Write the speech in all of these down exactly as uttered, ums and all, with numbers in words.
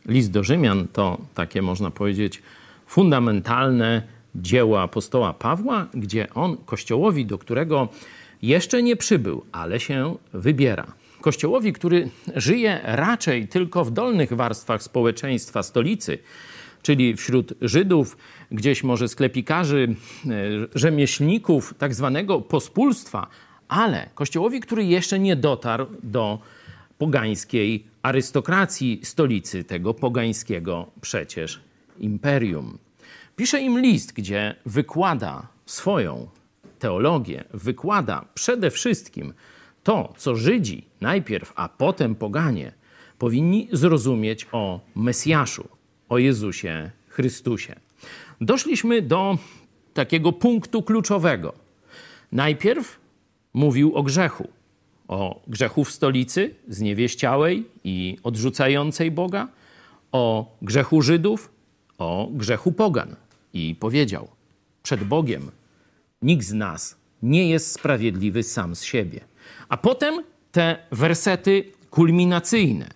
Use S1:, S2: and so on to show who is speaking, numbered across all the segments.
S1: list do Rzymian to takie, można powiedzieć, fundamentalne dzieło apostoła Pawła, gdzie on Kościołowi, do którego jeszcze nie przybył, ale się wybiera. Kościołowi, który żyje raczej tylko w dolnych warstwach społeczeństwa stolicy, czyli wśród Żydów, gdzieś może sklepikarzy, rzemieślników, tak zwanego pospólstwa, ale Kościołowi, który jeszcze nie dotarł do pogańskiej arystokracji stolicy, tego pogańskiego przecież imperium. Pisze im list, gdzie wykłada swoją teologię, wykłada przede wszystkim to, co Żydzi najpierw, a potem poganie powinni zrozumieć o Mesjaszu, o Jezusie Chrystusie. Doszliśmy do takiego punktu kluczowego. Najpierw mówił o grzechu. O grzechu w stolicy, zniewieściałej i odrzucającej Boga, o grzechu Żydów, o grzechu pogan. I powiedział, przed Bogiem nikt z nas nie jest sprawiedliwy sam z siebie. A potem te wersety kulminacyjne.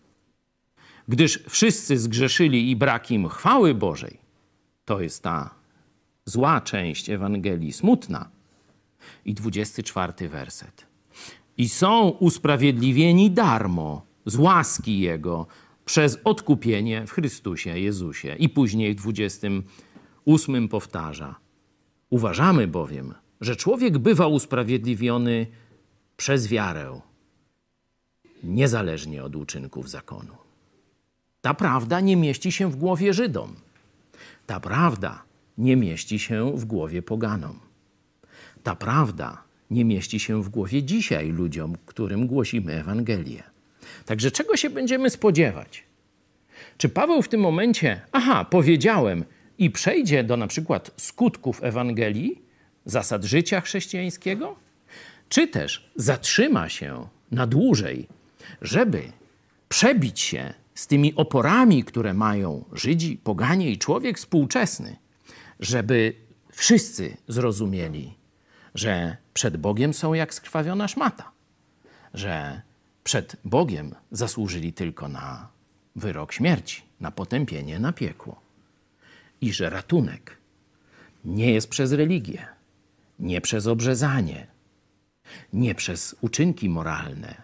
S1: Gdyż wszyscy zgrzeszyli i brak im chwały Bożej. To jest ta zła część Ewangelii, smutna. I dwudziesty czwarty werset. I są usprawiedliwieni darmo z łaski Jego przez odkupienie w Chrystusie Jezusie. I później w dwudziestym ósmym powtarza. Uważamy bowiem, że człowiek bywa usprawiedliwiony przez wiarę, niezależnie od uczynków zakonu. Ta prawda nie mieści się w głowie Żydom. Ta prawda nie mieści się w głowie poganom. Ta prawda nie mieści się w głowie dzisiaj ludziom, którym głosimy Ewangelię. Także czego się będziemy spodziewać? Czy Paweł w tym momencie, aha, powiedziałem, i przejdzie do na przykład skutków Ewangelii, zasad życia chrześcijańskiego? Czy też zatrzyma się na dłużej, żeby przebić się z tymi oporami, które mają Żydzi, poganie i człowiek współczesny, żeby wszyscy zrozumieli, że przed Bogiem są jak skrwawiona szmata, że przed Bogiem zasłużyli tylko na wyrok śmierci, na potępienie, na piekło. I że ratunek nie jest przez religię, nie przez obrzezanie, nie przez uczynki moralne.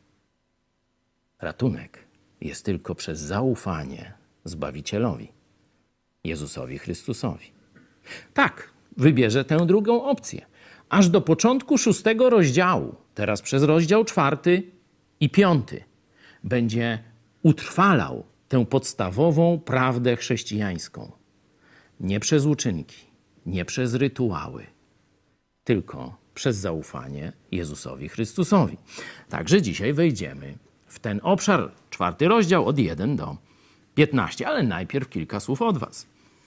S1: Ratunek jest tylko przez zaufanie Zbawicielowi, Jezusowi Chrystusowi. Tak, wybierze tę drugą opcję. Aż do początku szóstego rozdziału, teraz przez rozdział czwarty i piąty, będzie utrwalał tę podstawową prawdę chrześcijańską. Nie przez uczynki, nie przez rytuały, tylko przez zaufanie Jezusowi Chrystusowi. Także dzisiaj wejdziemy w ten obszar, czwarty rozdział od pierwszego do piętnastego, ale najpierw kilka słów od was.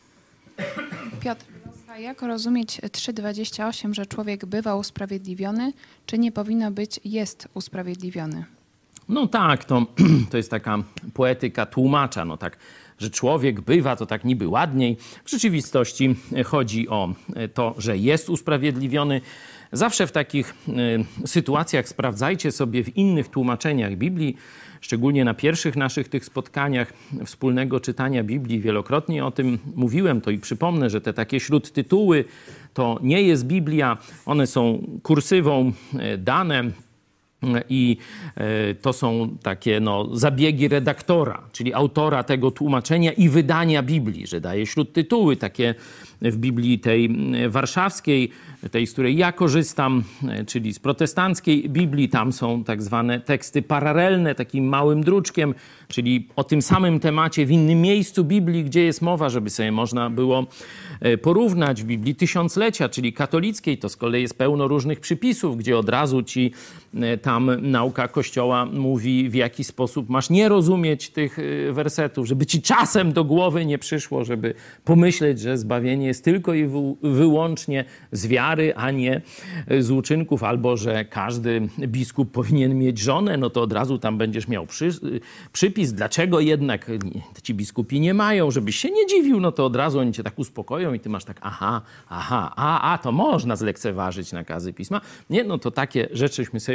S2: Piotr, a jak rozumieć trzy dwadzieścia osiem, że człowiek bywa usprawiedliwiony, czy nie powinno być jest usprawiedliwiony?
S1: No tak, to, to jest taka poetyka tłumacza, no tak, że człowiek bywa, to tak niby ładniej. W rzeczywistości chodzi o to, że jest usprawiedliwiony. Zawsze w takich y, sytuacjach sprawdzajcie sobie w innych tłumaczeniach Biblii, szczególnie na pierwszych naszych tych spotkaniach wspólnego czytania Biblii. Wielokrotnie o tym mówiłem, to i przypomnę, że te takie śródtytuły to nie jest Biblia, one są kursywą y, dane. I to są takie no, zabiegi redaktora, czyli autora tego tłumaczenia i wydania Biblii, że daje śródtytuły takie w Biblii tej warszawskiej, tej, z której ja korzystam, czyli z protestanckiej Biblii. Tam są tak zwane teksty paralelne, takim małym druczkiem, czyli o tym samym temacie w innym miejscu Biblii, gdzie jest mowa, żeby sobie można było porównać. W Biblii Tysiąclecia, czyli katolickiej, to z kolei jest pełno różnych przypisów, gdzie od razu ci tam nauka Kościoła mówi, w jaki sposób masz nie rozumieć tych wersetów, żeby ci czasem do głowy nie przyszło, żeby pomyśleć, że zbawienie jest tylko i wyłącznie z wiary, a nie z uczynków, albo że każdy biskup powinien mieć żonę, no to od razu tam będziesz miał przy, przypis, dlaczego jednak ci biskupi nie mają, żebyś się nie dziwił, no to od razu oni cię tak uspokoją i ty masz tak, aha, aha, a, a, to można zlekceważyć nakazy Pisma. Nie, no to takie rzeczyśmy sobie mówili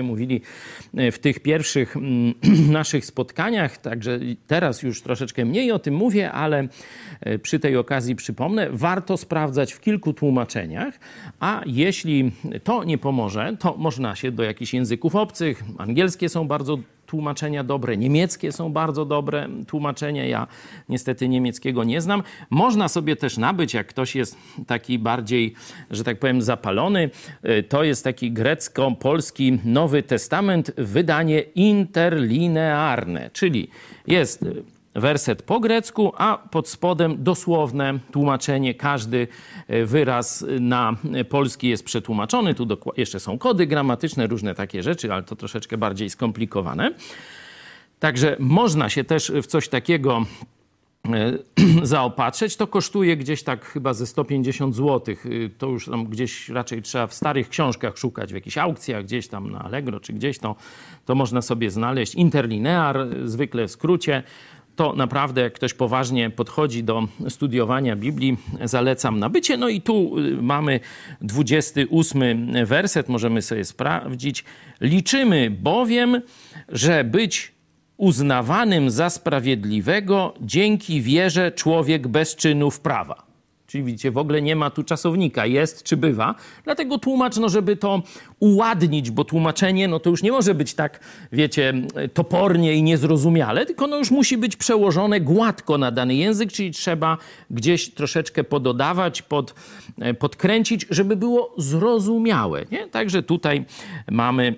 S1: w tych pierwszych naszych spotkaniach, także teraz już troszeczkę mniej o tym mówię, ale przy tej okazji przypomnę, warto sprawdzać w kilku tłumaczeniach, a jeśli to nie pomoże, to można się do jakichś języków obcych, angielskie są bardzo tłumaczenia dobre, niemieckie są bardzo dobre tłumaczenia. Ja niestety niemieckiego nie znam. Można sobie też nabyć, jak ktoś jest taki bardziej, że tak powiem, zapalony, to jest taki grecko-polski Nowy Testament, wydanie interlinearne, czyli jest werset po grecku, a pod spodem dosłowne tłumaczenie. Każdy wyraz na polski jest przetłumaczony. Tu jeszcze są kody gramatyczne, różne takie rzeczy, ale to troszeczkę bardziej skomplikowane. Także można się też w coś takiego zaopatrzyć. To kosztuje gdzieś tak chyba ze sto pięćdziesiąt złotych. To już tam gdzieś raczej trzeba w starych książkach szukać, w jakichś aukcjach, gdzieś tam na Allegro czy gdzieś to, to można sobie znaleźć. Interlinear, zwykle w skrócie. To naprawdę, jak ktoś poważnie podchodzi do studiowania Biblii, zalecam nabycie. No i tu mamy dwudziesty ósmy werset, możemy sobie sprawdzić. Liczymy bowiem, że być uznawanym za sprawiedliwego dzięki wierze człowiek bez czynów prawa. Czyli widzicie, w ogóle nie ma tu czasownika, jest czy bywa. Dlatego tłumacz, no żeby to uładnić, bo tłumaczenie, no to już nie może być tak, wiecie, topornie i niezrozumiale, tylko no już musi być przełożone gładko na dany język, czyli trzeba gdzieś troszeczkę pododawać, pod, podkręcić, żeby było zrozumiałe. Nie? Także tutaj mamy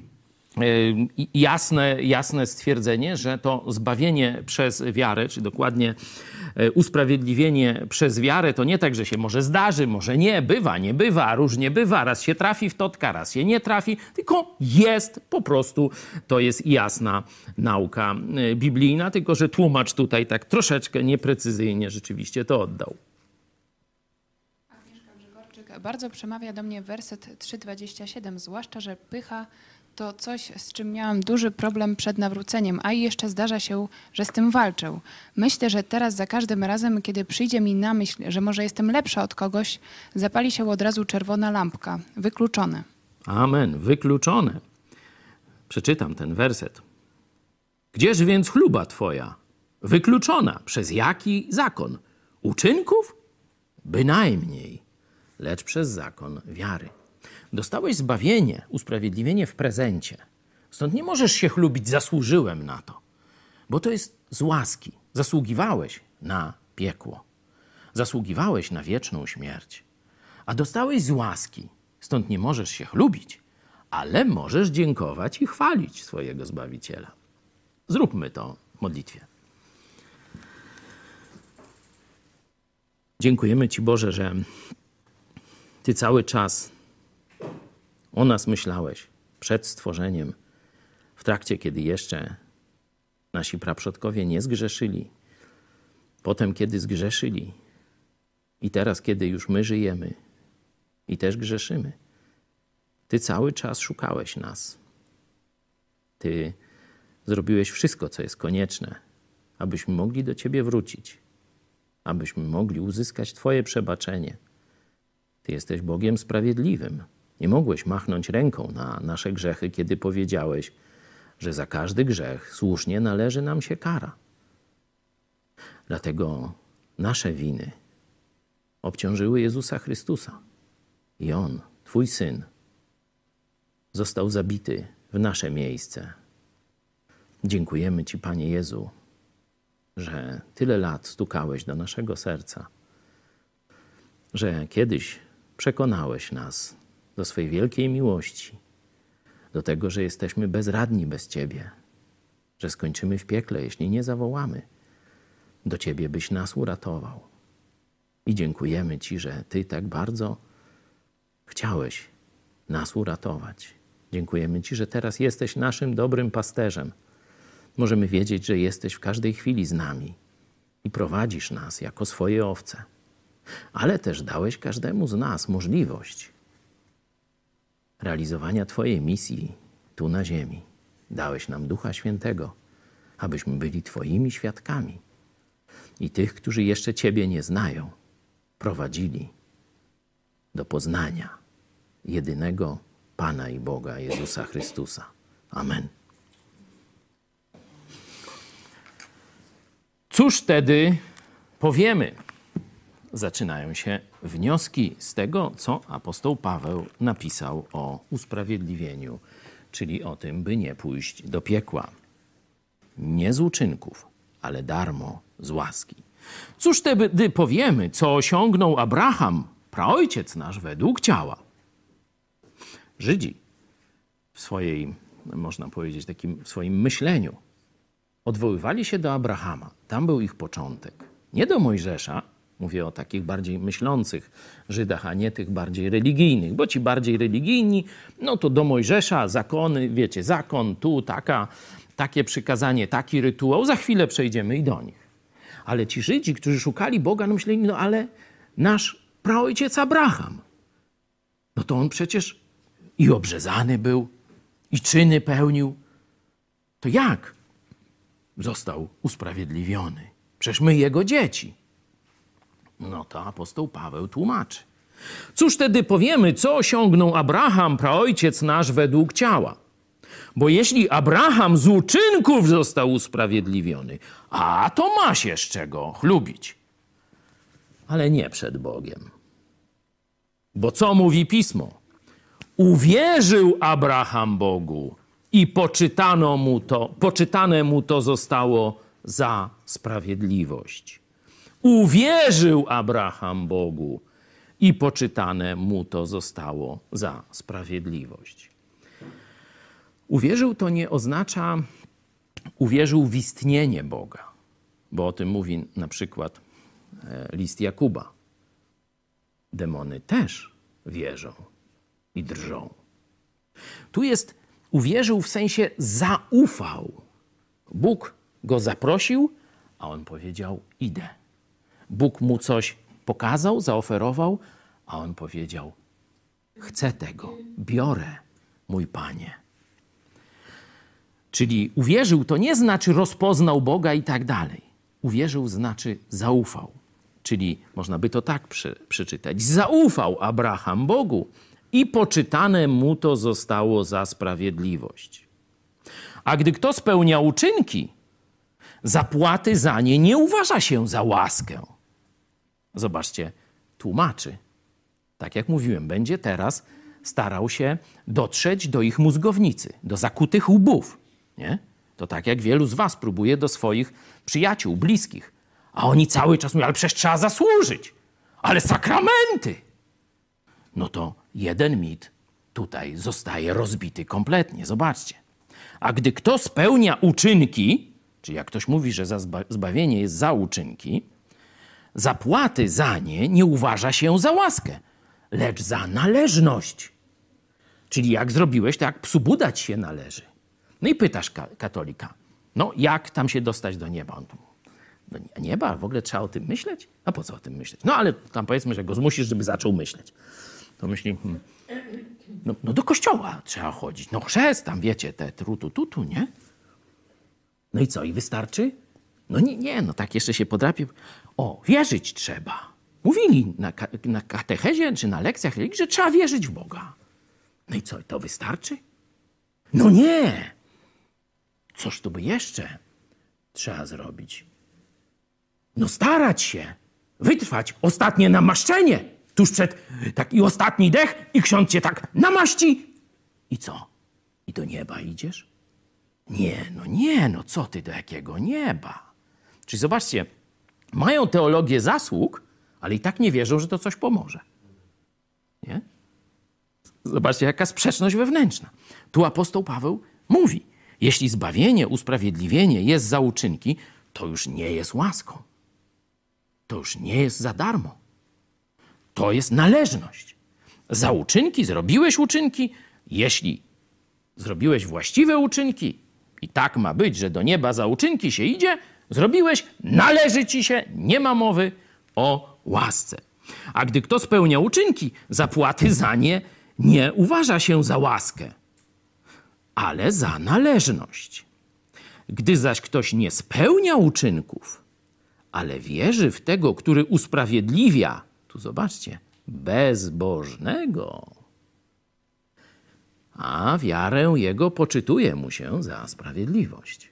S1: jasne, jasne stwierdzenie, że to zbawienie przez wiarę, czy dokładnie usprawiedliwienie przez wiarę, to nie tak, że się może zdarzy, może nie, bywa, nie bywa, różnie bywa, raz się trafi w totka, raz się nie trafi, tylko jest po prostu, to jest jasna nauka biblijna, tylko że tłumacz tutaj tak troszeczkę nieprecyzyjnie rzeczywiście to oddał.
S2: Agnieszka Grzegorczyk, bardzo przemawia do mnie werset trzy dwadzieścia siedem, zwłaszcza, że pycha to coś, z czym miałam duży problem przed nawróceniem, a i jeszcze zdarza się, że z tym walczę. Myślę, że teraz za każdym razem, kiedy przyjdzie mi na myśl, że może jestem lepsza od kogoś, zapali się od razu czerwona lampka. Wykluczone.
S1: Amen. Wykluczone. Przeczytam ten werset. Gdzież więc chluba twoja? Wykluczona. Przez jaki zakon? Uczynków? Bynajmniej. Lecz przez zakon wiary. Dostałeś zbawienie, usprawiedliwienie w prezencie. Stąd nie możesz się chlubić, zasłużyłem na to. Bo to jest z łaski. Zasługiwałeś na piekło. Zasługiwałeś na wieczną śmierć. A dostałeś z łaski. Stąd nie możesz się chlubić, ale możesz dziękować i chwalić swojego Zbawiciela. Zróbmy to w modlitwie. Dziękujemy Ci, Boże, że Ty cały czas o nas myślałeś przed stworzeniem, w trakcie, kiedy jeszcze nasi praprzodkowie nie zgrzeszyli, potem, kiedy zgrzeszyli i teraz, kiedy już my żyjemy i też grzeszymy. Ty cały czas szukałeś nas. Ty zrobiłeś wszystko, co jest konieczne, abyśmy mogli do Ciebie wrócić, abyśmy mogli uzyskać Twoje przebaczenie. Ty jesteś Bogiem sprawiedliwym. Nie mogłeś machnąć ręką na nasze grzechy, kiedy powiedziałeś, że za każdy grzech słusznie należy nam się kara. Dlatego nasze winy obciążyły Jezusa Chrystusa. I On, Twój Syn, został zabity w nasze miejsce. Dziękujemy Ci, Panie Jezu, że tyle lat stukałeś do naszego serca, że kiedyś przekonałeś nas do swej wielkiej miłości, do tego, że jesteśmy bezradni bez Ciebie, że skończymy w piekle, jeśli nie zawołamy do Ciebie, byś nas uratował. I dziękujemy Ci, że Ty tak bardzo chciałeś nas uratować. Dziękujemy Ci, że teraz jesteś naszym dobrym pasterzem. Możemy wiedzieć, że jesteś w każdej chwili z nami i prowadzisz nas jako swoje owce. Ale też dałeś każdemu z nas możliwość realizowania Twojej misji tu na ziemi. Dałeś nam Ducha Świętego, abyśmy byli Twoimi świadkami. I tych, którzy jeszcze Ciebie nie znają, prowadzili do poznania jedynego Pana i Boga Jezusa Chrystusa. Amen. Cóż wtedy powiemy? Zaczynają się wnioski z tego, co apostoł Paweł napisał o usprawiedliwieniu, czyli o tym, by nie pójść do piekła. Nie z uczynków, ale darmo z łaski. Cóż wtedy powiemy, co osiągnął Abraham, praojciec nasz według ciała? Żydzi w swojej, można powiedzieć, takim w swoim myśleniu odwoływali się do Abrahama. Tam był ich początek. Nie do Mojżesza, mówię o takich bardziej myślących Żydach, a nie tych bardziej religijnych, bo ci bardziej religijni, no to do Mojżesza, zakony, wiecie, zakon, tu taka, takie przykazanie, taki rytuał, za chwilę przejdziemy i do nich. Ale ci Żydzi, którzy szukali Boga, no myśleli, no ale nasz praojciec Abraham, no to on przecież i obrzezany był, i czyny pełnił. To jak został usprawiedliwiony? Przecież my jego dzieci. No to apostoł Paweł tłumaczy. Cóż wtedy powiemy, co osiągnął Abraham, praojciec nasz według ciała? Bo jeśli Abraham z uczynków został usprawiedliwiony, a to ma się z czego chlubić. Ale nie przed Bogiem. Bo co mówi Pismo? Uwierzył Abraham Bogu i poczytano mu to, poczytane mu to zostało za sprawiedliwość. Uwierzył Abraham Bogu i poczytane mu to zostało za sprawiedliwość. Uwierzył to nie oznacza uwierzył w istnienie Boga, bo o tym mówi na przykład list Jakuba. Demony też wierzą i drżą. Tu jest uwierzył w sensie zaufał. Bóg go zaprosił, a on powiedział idę. Bóg mu coś pokazał, zaoferował, a on powiedział chcę tego, biorę, mój Panie. Czyli uwierzył to nie znaczy rozpoznał Boga i tak dalej. Uwierzył znaczy zaufał. Czyli można by to tak przy, przeczytać. Zaufał Abraham Bogu i poczytane mu to zostało za sprawiedliwość. A gdy kto spełnia uczynki, zapłaty za nie nie uważa się za łaskę. Zobaczcie, tłumaczy. Tak jak mówiłem, będzie teraz starał się dotrzeć do ich mózgownicy, do zakutych łbów. Nie? To tak jak wielu z was próbuje do swoich przyjaciół, bliskich. A oni cały czas mówią, ale przecież trzeba zasłużyć. Ale sakramenty! No to jeden mit tutaj zostaje rozbity kompletnie. Zobaczcie. A gdy kto spełnia uczynki, czyli jak ktoś mówi, że za zbawienie jest za uczynki, zapłaty za nie nie uważa się za łaskę, lecz za należność. Czyli jak zrobiłeś, to jak psu budać się należy. No i pytasz ka- katolika, no jak tam się dostać do nieba? On, do nieba? W ogóle trzeba o tym myśleć? A po co o tym myśleć? No ale tam powiedzmy, że go zmusisz, żeby zaczął myśleć. To myśli, hmm, no, no do kościoła trzeba chodzić. No chrzest tam, wiecie, te trutu tutu, nie? No i co, i wystarczy? No nie, nie, no tak jeszcze się podrapię. O, wierzyć trzeba. Mówili na, ka- na katechezie czy na lekcjach religii, że trzeba wierzyć w Boga. No i co, to wystarczy? No nie! Coż tu by jeszcze trzeba zrobić? No starać się, wytrwać ostatnie namaszczenie, tuż przed taki ostatni dech i ksiądz cię tak namaści. I co? I do nieba idziesz? Nie, no nie, no co ty do jakiego nieba? Czyli zobaczcie, mają teologię zasług, ale i tak nie wierzą, że to coś pomoże. Nie? Zobaczcie, jaka sprzeczność wewnętrzna. Tu apostoł Paweł mówi, jeśli zbawienie, usprawiedliwienie jest za uczynki, to już nie jest łaską. To już nie jest za darmo. To jest należność. Za uczynki, zrobiłeś uczynki, jeśli zrobiłeś właściwe uczynki i tak ma być, że do nieba za uczynki się idzie, zrobiłeś, należy ci się, nie ma mowy o łasce. A gdy kto spełnia uczynki, zapłaty za nie nie uważa się za łaskę, ale za należność. Gdy zaś ktoś nie spełnia uczynków, ale wierzy w tego, który usprawiedliwia, tu zobaczcie, bezbożnego, a wiarę jego poczytuje mu się za sprawiedliwość.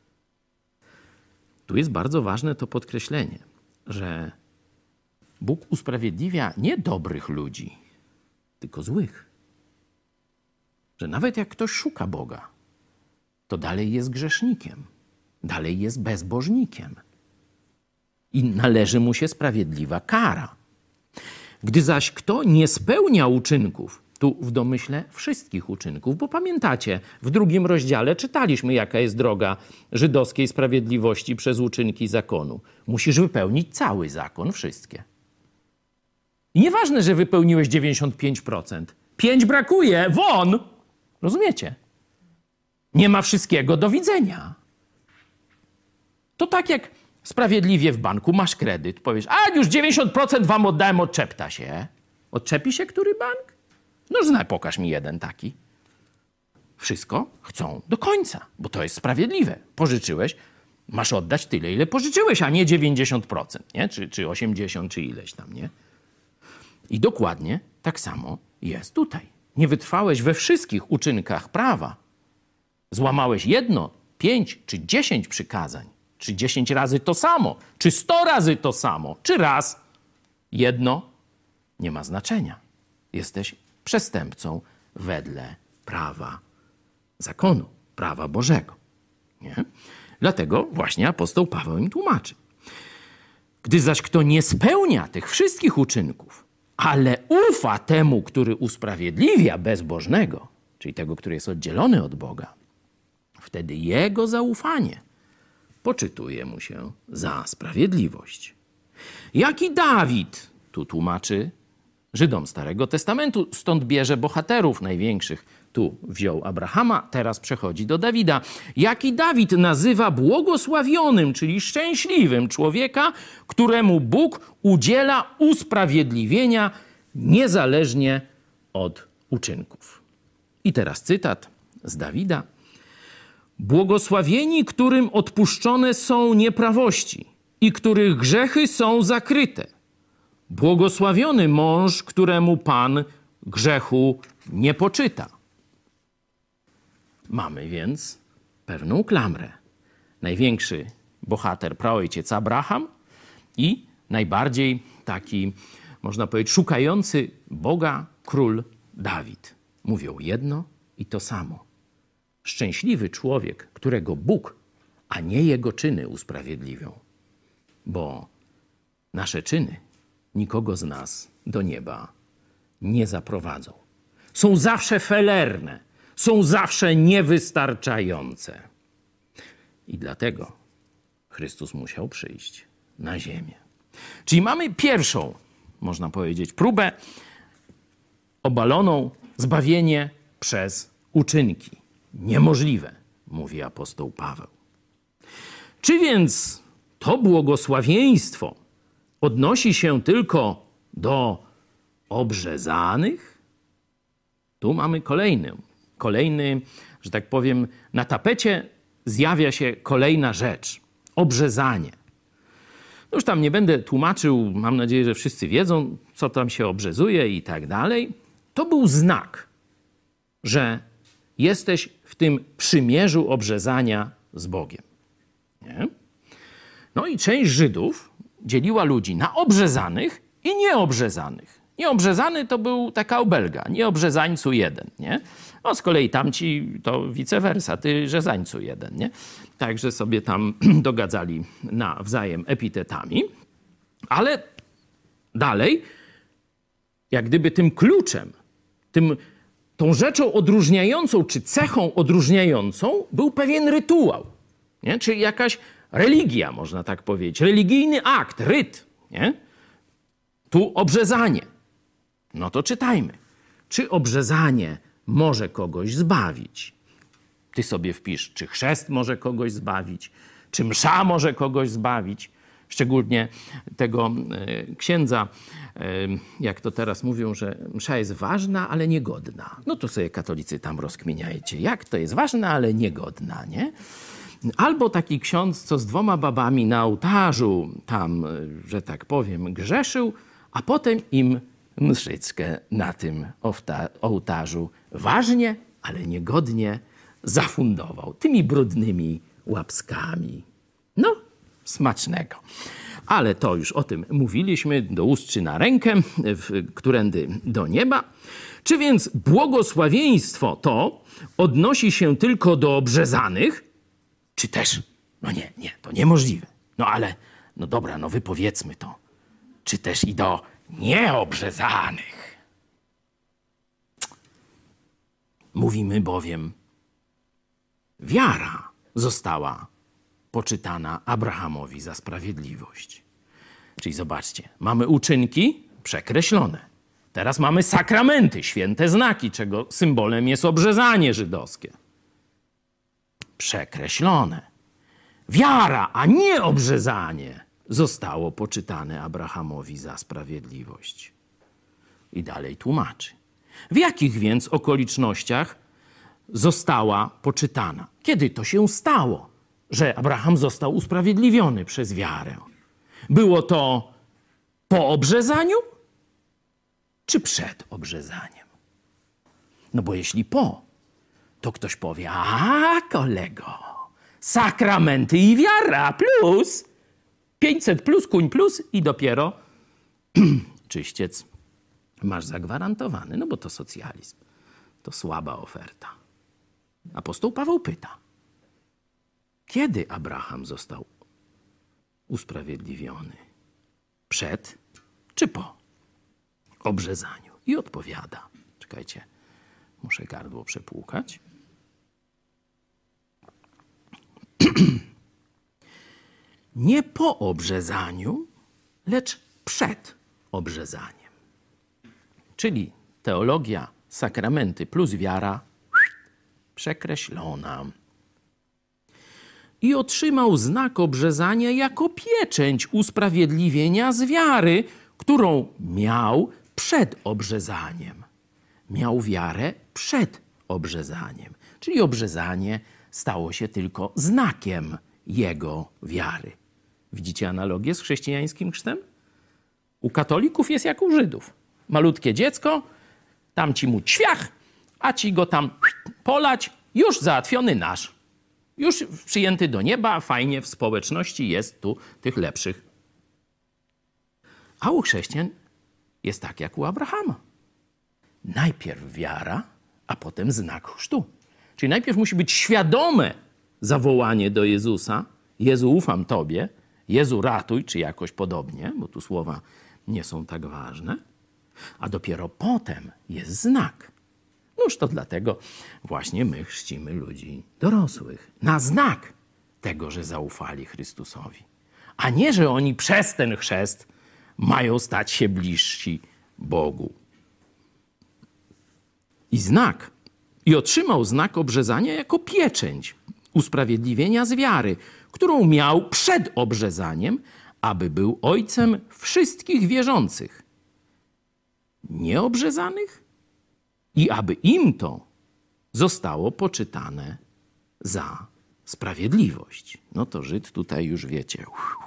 S1: Tu jest bardzo ważne to podkreślenie, że Bóg usprawiedliwia nie dobrych ludzi, tylko złych. Że nawet jak ktoś szuka Boga, to dalej jest grzesznikiem, dalej jest bezbożnikiem i należy mu się sprawiedliwa kara. Gdy zaś kto nie spełnia uczynków, tu w domyśle wszystkich uczynków, bo pamiętacie, w drugim rozdziale czytaliśmy, jaka jest droga żydowskiej sprawiedliwości przez uczynki zakonu. Musisz wypełnić cały zakon, wszystkie. I nieważne, że wypełniłeś dziewięćdziesiąt pięć procent. pięć brakuje, won! Rozumiecie? Nie ma wszystkiego, do widzenia. To tak jak sprawiedliwie w banku masz kredyt, powiesz, a już dziewięćdziesiąt procent wam oddałem, odczepta się. Odczepi się który bank? No znaj, pokaż mi jeden taki. Wszystko chcą do końca, bo to jest sprawiedliwe. Pożyczyłeś, masz oddać tyle, ile pożyczyłeś, a nie dziewięćdziesiąt procent, nie? Czy, czy osiemdziesiąt, czy ileś tam, nie? I dokładnie tak samo jest tutaj. Nie wytrwałeś we wszystkich uczynkach prawa. Złamałeś jedno, pięć czy dziesięć przykazań. Czy dziesięć razy to samo, czy sto razy to samo, czy raz. Jedno nie ma znaczenia. Jesteś przestępcą wedle prawa zakonu, prawa Bożego. Nie? Dlatego właśnie apostoł Paweł im tłumaczy. Gdy zaś kto nie spełnia tych wszystkich uczynków, ale ufa temu, który usprawiedliwia bezbożnego, czyli tego, który jest oddzielony od Boga, wtedy jego zaufanie poczytuje mu się za sprawiedliwość. Jak i Dawid, tu tłumaczy Żydom Starego Testamentu, stąd bierze bohaterów największych. Tu wziął Abrahama, teraz przechodzi do Dawida. Jak i Dawid nazywa błogosławionym, czyli szczęśliwym człowieka, któremu Bóg udziela usprawiedliwienia niezależnie od uczynków. I teraz cytat z Dawida. Błogosławieni, którym odpuszczone są nieprawości i których grzechy są zakryte. Błogosławiony mąż, któremu Pan grzechu nie poczyta. Mamy więc pewną klamrę. Największy bohater, praojciec Abraham i najbardziej taki, można powiedzieć, szukający Boga król Dawid. Mówią jedno i to samo. Szczęśliwy człowiek, którego Bóg, a nie jego czyny usprawiedliwią. Bo nasze czyny nikogo z nas do nieba nie zaprowadzą. Są zawsze felerne, są zawsze niewystarczające. I dlatego Chrystus musiał przyjść na ziemię. Czyli mamy pierwszą, można powiedzieć, próbę obaloną, zbawienie przez uczynki. Niemożliwe, mówi apostoł Paweł. Czy więc to błogosławieństwo odnosi się tylko do obrzezanych? Tu mamy kolejny, kolejny, że tak powiem, na tapecie zjawia się kolejna rzecz. Obrzezanie. No już tam nie będę tłumaczył, mam nadzieję, że wszyscy wiedzą, co tam się obrzezuje i tak dalej. To był znak, że jesteś w tym przymierzu obrzezania z Bogiem. Nie? No i część Żydów dzieliła ludzi na obrzezanych i nieobrzezanych. Nieobrzezany to był taka obelga, nieobrzezańcu jeden, nie? No z kolei tamci to vice versa, ty rzezańcu jeden, nie? Także sobie tam dogadzali nawzajem epitetami. Ale dalej, jak gdyby tym kluczem, tym, tą rzeczą odróżniającą, czy cechą odróżniającą był pewien rytuał, nie? Czyli jakaś religia, można tak powiedzieć. Religijny akt, ryt, nie? Tu obrzezanie. No to czytajmy. Czy obrzezanie może kogoś zbawić? Ty sobie wpisz, czy chrzest może kogoś zbawić, czy msza może kogoś zbawić. Szczególnie tego e, księdza, e, jak to teraz mówią, że msza jest ważna, ale niegodna. No to sobie katolicy tam rozkminiajcie, jak to jest ważna, ale niegodna, nie? Albo taki ksiądz, co z dwoma babami na ołtarzu tam, że tak powiem, grzeszył, a potem im mszyczkę na tym ołtarzu ważnie ale niegodnie zafundował tymi brudnymi łapskami. No, smacznego. Ale to już o tym mówiliśmy, do ust czy na rękę, w, którędy do nieba. Czy więc błogosławieństwo to odnosi się tylko do obrzezanych? Czy też, no nie, nie, to niemożliwe. No ale, no dobra, no wypowiedzmy to. Czy też i do nieobrzezanych? Mówimy bowiem, wiara została poczytana Abrahamowi za sprawiedliwość. Czyli zobaczcie, mamy uczynki przekreślone. Teraz mamy sakramenty, święte znaki, czego symbolem jest obrzezanie żydowskie. Przekreślone. Wiara, a nie obrzezanie zostało poczytane Abrahamowi za sprawiedliwość. I dalej tłumaczy. W jakich więc okolicznościach została poczytana? Kiedy to się stało, że Abraham został usprawiedliwiony przez wiarę? Było to po obrzezaniu, czy przed obrzezaniem? No bo jeśli po, to ktoś powie, a kolego, sakramenty i wiara plus, pięćset plus, kuń plus i dopiero czyściec masz zagwarantowany, no bo to socjalizm, to słaba oferta. Apostoł Paweł pyta, kiedy Abraham został usprawiedliwiony? Przed czy po obrzezaniu? I odpowiada. Czekajcie, muszę gardło przepłukać. Nie po obrzezaniu, lecz przed obrzezaniem. Czyli teologia, sakramenty plus wiara przekreślona. I otrzymał znak obrzezania jako pieczęć usprawiedliwienia z wiary, którą miał przed obrzezaniem. Miał wiarę przed obrzezaniem. Czyli obrzezanie stało się tylko znakiem jego wiary. Widzicie analogię z chrześcijańskim chrztem? U katolików jest jak u Żydów. Malutkie dziecko, tam ci mu ćwiach, a ci go tam polać, już załatwiony nasz. Już przyjęty do nieba, fajnie w społeczności jest tu tych lepszych. A u chrześcijan jest tak jak u Abrahama. Najpierw wiara, a potem znak chrztu. Czyli najpierw musi być świadome zawołanie do Jezusa. Jezu, ufam Tobie. Jezu, ratuj, czy jakoś podobnie, bo tu słowa nie są tak ważne. A dopiero potem jest znak. Noż to dlatego właśnie my chrzcimy ludzi dorosłych. Na znak tego, że zaufali Chrystusowi. A nie, że oni przez ten chrzest mają stać się bliżsi Bogu. I znak. I otrzymał znak obrzezania jako pieczęć usprawiedliwienia z wiary, którą miał przed obrzezaniem, aby był ojcem wszystkich wierzących. Nieobrzezanych? I aby im to zostało poczytane za sprawiedliwość. No to Żyd tutaj już wiecie.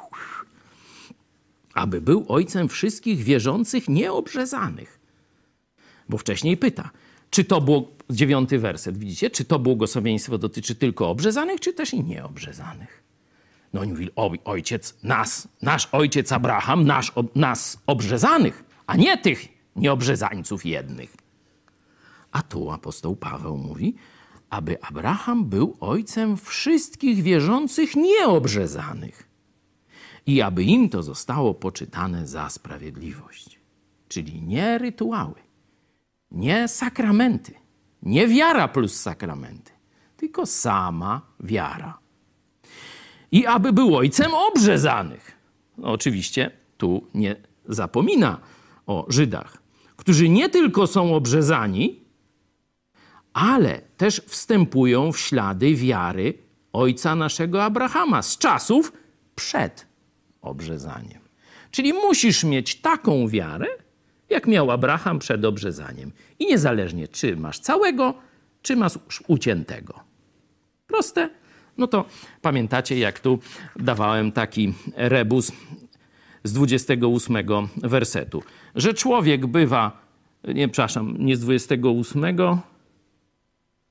S1: Aby był ojcem wszystkich wierzących nieobrzezanych. Bo wcześniej pyta, czy to było, dziewiąty werset, widzicie? Czy to błogosławieństwo dotyczy tylko obrzezanych, czy też i nieobrzezanych? No oni mówili, oj, ojciec, nas, nasz ojciec Abraham, nasz, nas obrzezanych, a nie tych nieobrzezańców jednych. A tu apostoł Paweł mówi, aby Abraham był ojcem wszystkich wierzących nieobrzezanych i aby im to zostało poczytane za sprawiedliwość. Czyli nie rytuały, nie sakramenty, nie wiara plus sakramenty, tylko sama wiara. I aby był ojcem obrzezanych. No oczywiście tu nie zapomina o Żydach, którzy nie tylko są obrzezani, ale też wstępują w ślady wiary ojca naszego Abrahama z czasów przed obrzezaniem. Czyli musisz mieć taką wiarę, jak miał Abraham przed obrzezaniem. I niezależnie, czy masz całego, czy masz uciętego. Proste? No to pamiętacie, jak tu dawałem taki rebus z dwudziestego ósmego wersetu, że człowiek bywa, nie, przepraszam, nie z dwudziestego ósmego,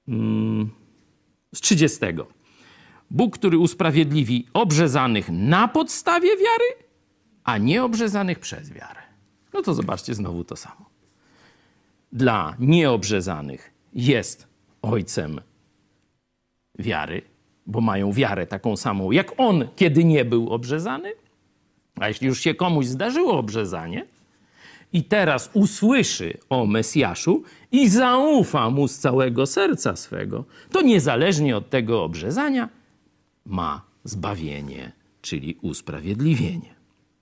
S1: mm, z trzydziestego. Bóg, który usprawiedliwi obrzezanych na podstawie wiary, a nieobrzezanych przez wiarę. No to zobaczcie znowu to samo. Dla nieobrzezanych jest ojcem wiary, bo mają wiarę taką samą jak on, kiedy nie był obrzezany. A jeśli już się komuś zdarzyło obrzezanie i teraz usłyszy o Mesjaszu i zaufa mu z całego serca swego, to niezależnie od tego obrzezania ma zbawienie, czyli usprawiedliwienie.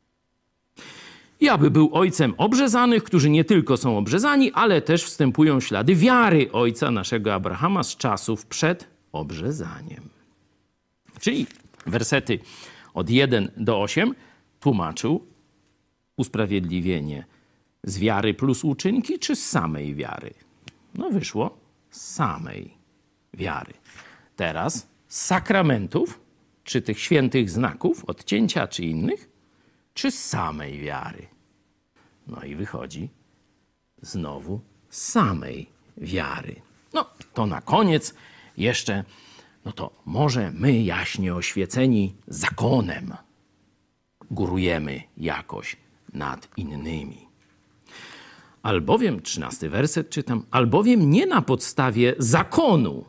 S1: I aby był ojcem obrzezanych, którzy nie tylko są obrzezani, ale też wstępują ślady wiary ojca naszego Abrahama z czasów przed obrzezaniem. Czyli wersety od jeden do ośmiu tłumaczył usprawiedliwienie z wiary plus uczynki, czy z samej wiary? No wyszło z samej wiary. Teraz z sakramentów, czy tych świętych znaków, odcięcia czy innych, czy z samej wiary? No i wychodzi znowu z samej wiary. No to na koniec jeszcze, no to może my jaśnie oświeceni zakonem górujemy jakoś nad innymi. Albowiem, trzynasty werset czytam, albowiem nie na podstawie zakonu,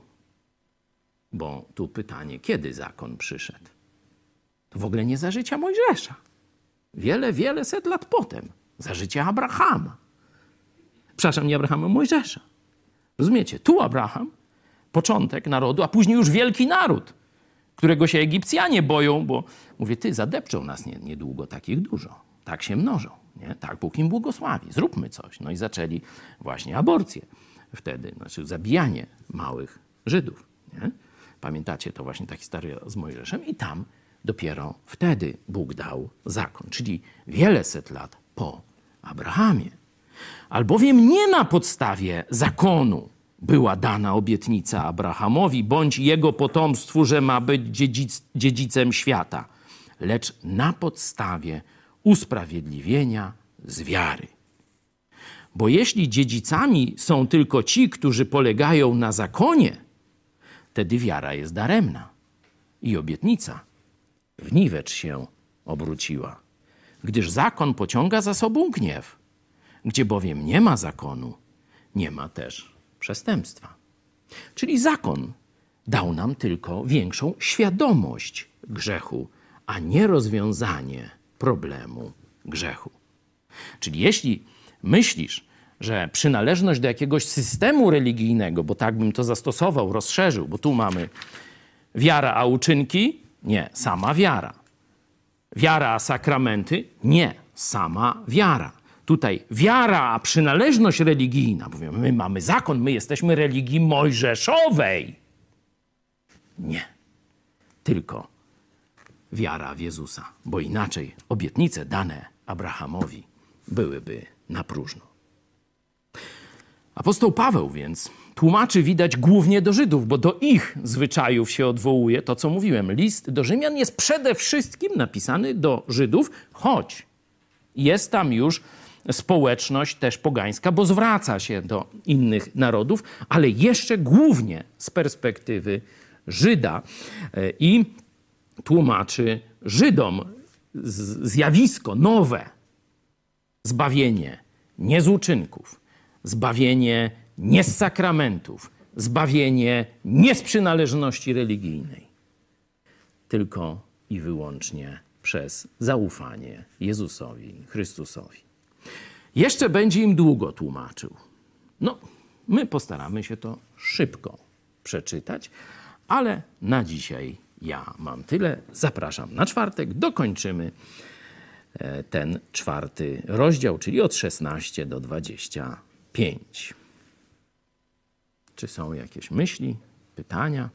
S1: bo tu pytanie, kiedy zakon przyszedł? To w ogóle nie za życia Mojżesza. Wiele, wiele set lat potem. Za życia Abrahama. Przepraszam, nie Abrahama, Mojżesza. Rozumiecie? Tu Abraham, początek narodu, a później już wielki naród, którego się Egipcjanie boją, bo mówię, ty, zadepczą nas nie, niedługo takich dużo. Tak się mnożą. Nie? Tak Bóg im błogosławi. Zróbmy coś. No i zaczęli właśnie aborcję wtedy, znaczy zabijanie małych Żydów. Nie? Pamiętacie to właśnie ta historia z Mojżeszem i tam dopiero wtedy Bóg dał zakon, czyli wiele set lat po Abrahamie. Albowiem nie na podstawie zakonu była dana obietnica Abrahamowi bądź jego potomstwu, że ma być dziedzic, dziedzicem świata, lecz na podstawie usprawiedliwienia z wiary. Bo jeśli dziedzicami są tylko ci, którzy polegają na zakonie, wtedy wiara jest daremna i obietnica w niwecz się obróciła, gdyż zakon pociąga za sobą gniew. Gdzie bowiem nie ma zakonu, nie ma też przestępstwa. Czyli zakon dał nam tylko większą świadomość grzechu, a nie rozwiązanie problemu grzechu. Czyli jeśli myślisz, że przynależność do jakiegoś systemu religijnego, bo tak bym to zastosował, rozszerzył, bo tu mamy wiara a uczynki, nie, sama wiara. Wiara a sakramenty, nie, sama wiara. Tutaj wiara a przynależność religijna, mówimy, my mamy zakon, my jesteśmy religii mojżeszowej. Nie, tylko wiara w Jezusa, bo inaczej obietnice dane Abrahamowi byłyby na próżno. Apostoł Paweł więc tłumaczy, widać, głównie do Żydów, bo do ich zwyczajów się odwołuje. To, co mówiłem, list do Rzymian jest przede wszystkim napisany do Żydów, choć jest tam już społeczność też pogańska, bo zwraca się do innych narodów, ale jeszcze głównie z perspektywy Żyda i tłumaczy Żydom zjawisko nowe, zbawienie nie z uczynków, zbawienie nie z sakramentów, zbawienie nie z przynależności religijnej, tylko i wyłącznie przez zaufanie Jezusowi Chrystusowi. Jeszcze będzie im długo tłumaczył. No, my postaramy się to szybko przeczytać, ale na dzisiaj ja mam tyle. Zapraszam na czwartek. Dokończymy ten czwarty rozdział, czyli od szesnastego do dwudziestego piątego. Czy są jakieś myśli, pytania?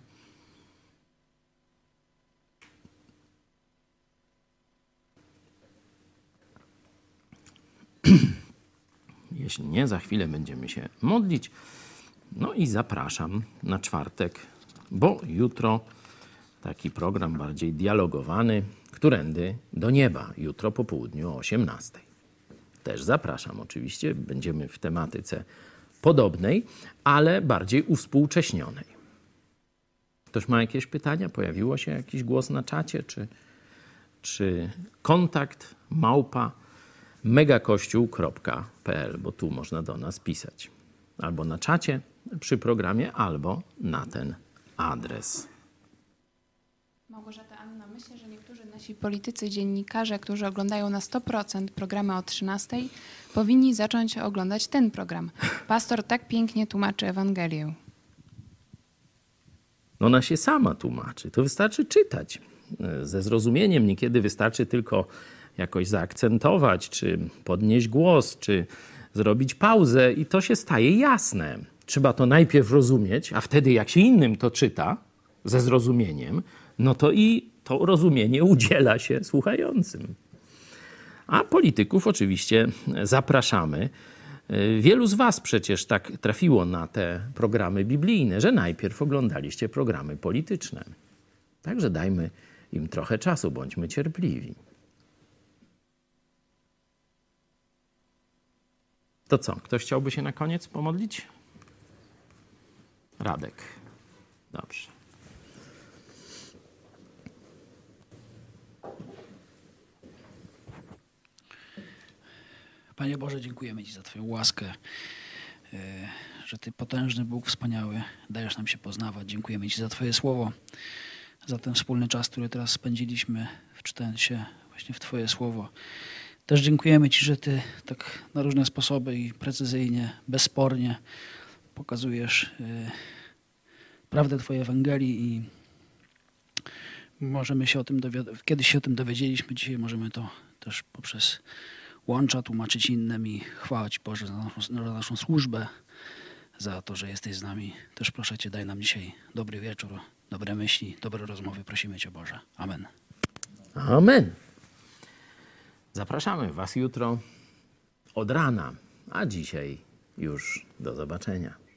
S1: Jeśli nie, za chwilę będziemy się modlić. No i zapraszam na czwartek, bo jutro taki program bardziej dialogowany, Którędy do nieba, jutro po południu o osiemnastej. Też zapraszam oczywiście, będziemy w tematyce podobnej, ale bardziej uwspółcześnionej. Ktoś ma jakieś pytania? Pojawiło się jakiś głos na czacie? Czy, czy kontakt małpa megakościół kropka p l, bo tu można do nas pisać. Albo na czacie przy programie, albo na ten adres.
S2: Małgorzata Anna, myślę, że niektórzy nasi politycy i dziennikarze, którzy oglądają na sto procent programy o trzynastej, powinni zacząć oglądać ten program. Pastor tak pięknie tłumaczy Ewangelię.
S1: Ona się sama tłumaczy. To wystarczy czytać ze zrozumieniem. Niekiedy wystarczy tylko jakoś zaakcentować, czy podnieść głos, czy zrobić pauzę i to się staje jasne. Trzeba to najpierw rozumieć, a wtedy jak się innym to czyta ze zrozumieniem, no to i to rozumienie udziela się słuchającym. A polityków oczywiście zapraszamy. Wielu z was przecież tak trafiło na te programy biblijne, że najpierw oglądaliście programy polityczne. Także dajmy im trochę czasu, bądźmy cierpliwi. To co, ktoś chciałby się na koniec pomodlić? Radek. Dobrze.
S3: Panie Boże, dziękujemy Ci za Twoją łaskę, że Ty potężny Bóg, wspaniały, dajesz nam się poznawać. Dziękujemy Ci za Twoje słowo, za ten wspólny czas, który teraz spędziliśmy, wczytając się właśnie w Twoje słowo. Też dziękujemy Ci, że Ty tak na różne sposoby i precyzyjnie, bezspornie pokazujesz prawdę Twojej Ewangelii i możemy się o tym dowiadywać. Kiedyś się o tym dowiedzieliśmy, dzisiaj możemy to też poprzez łącza tłumaczyć innym i chwała Ci Boże za naszą, za naszą służbę, za to, że jesteś z nami. Też proszę Cię, daj nam dzisiaj dobry wieczór, dobre myśli, dobre rozmowy. Prosimy Cię, Boże. Amen.
S1: Amen. Zapraszamy Was jutro od rana, a dzisiaj już do zobaczenia.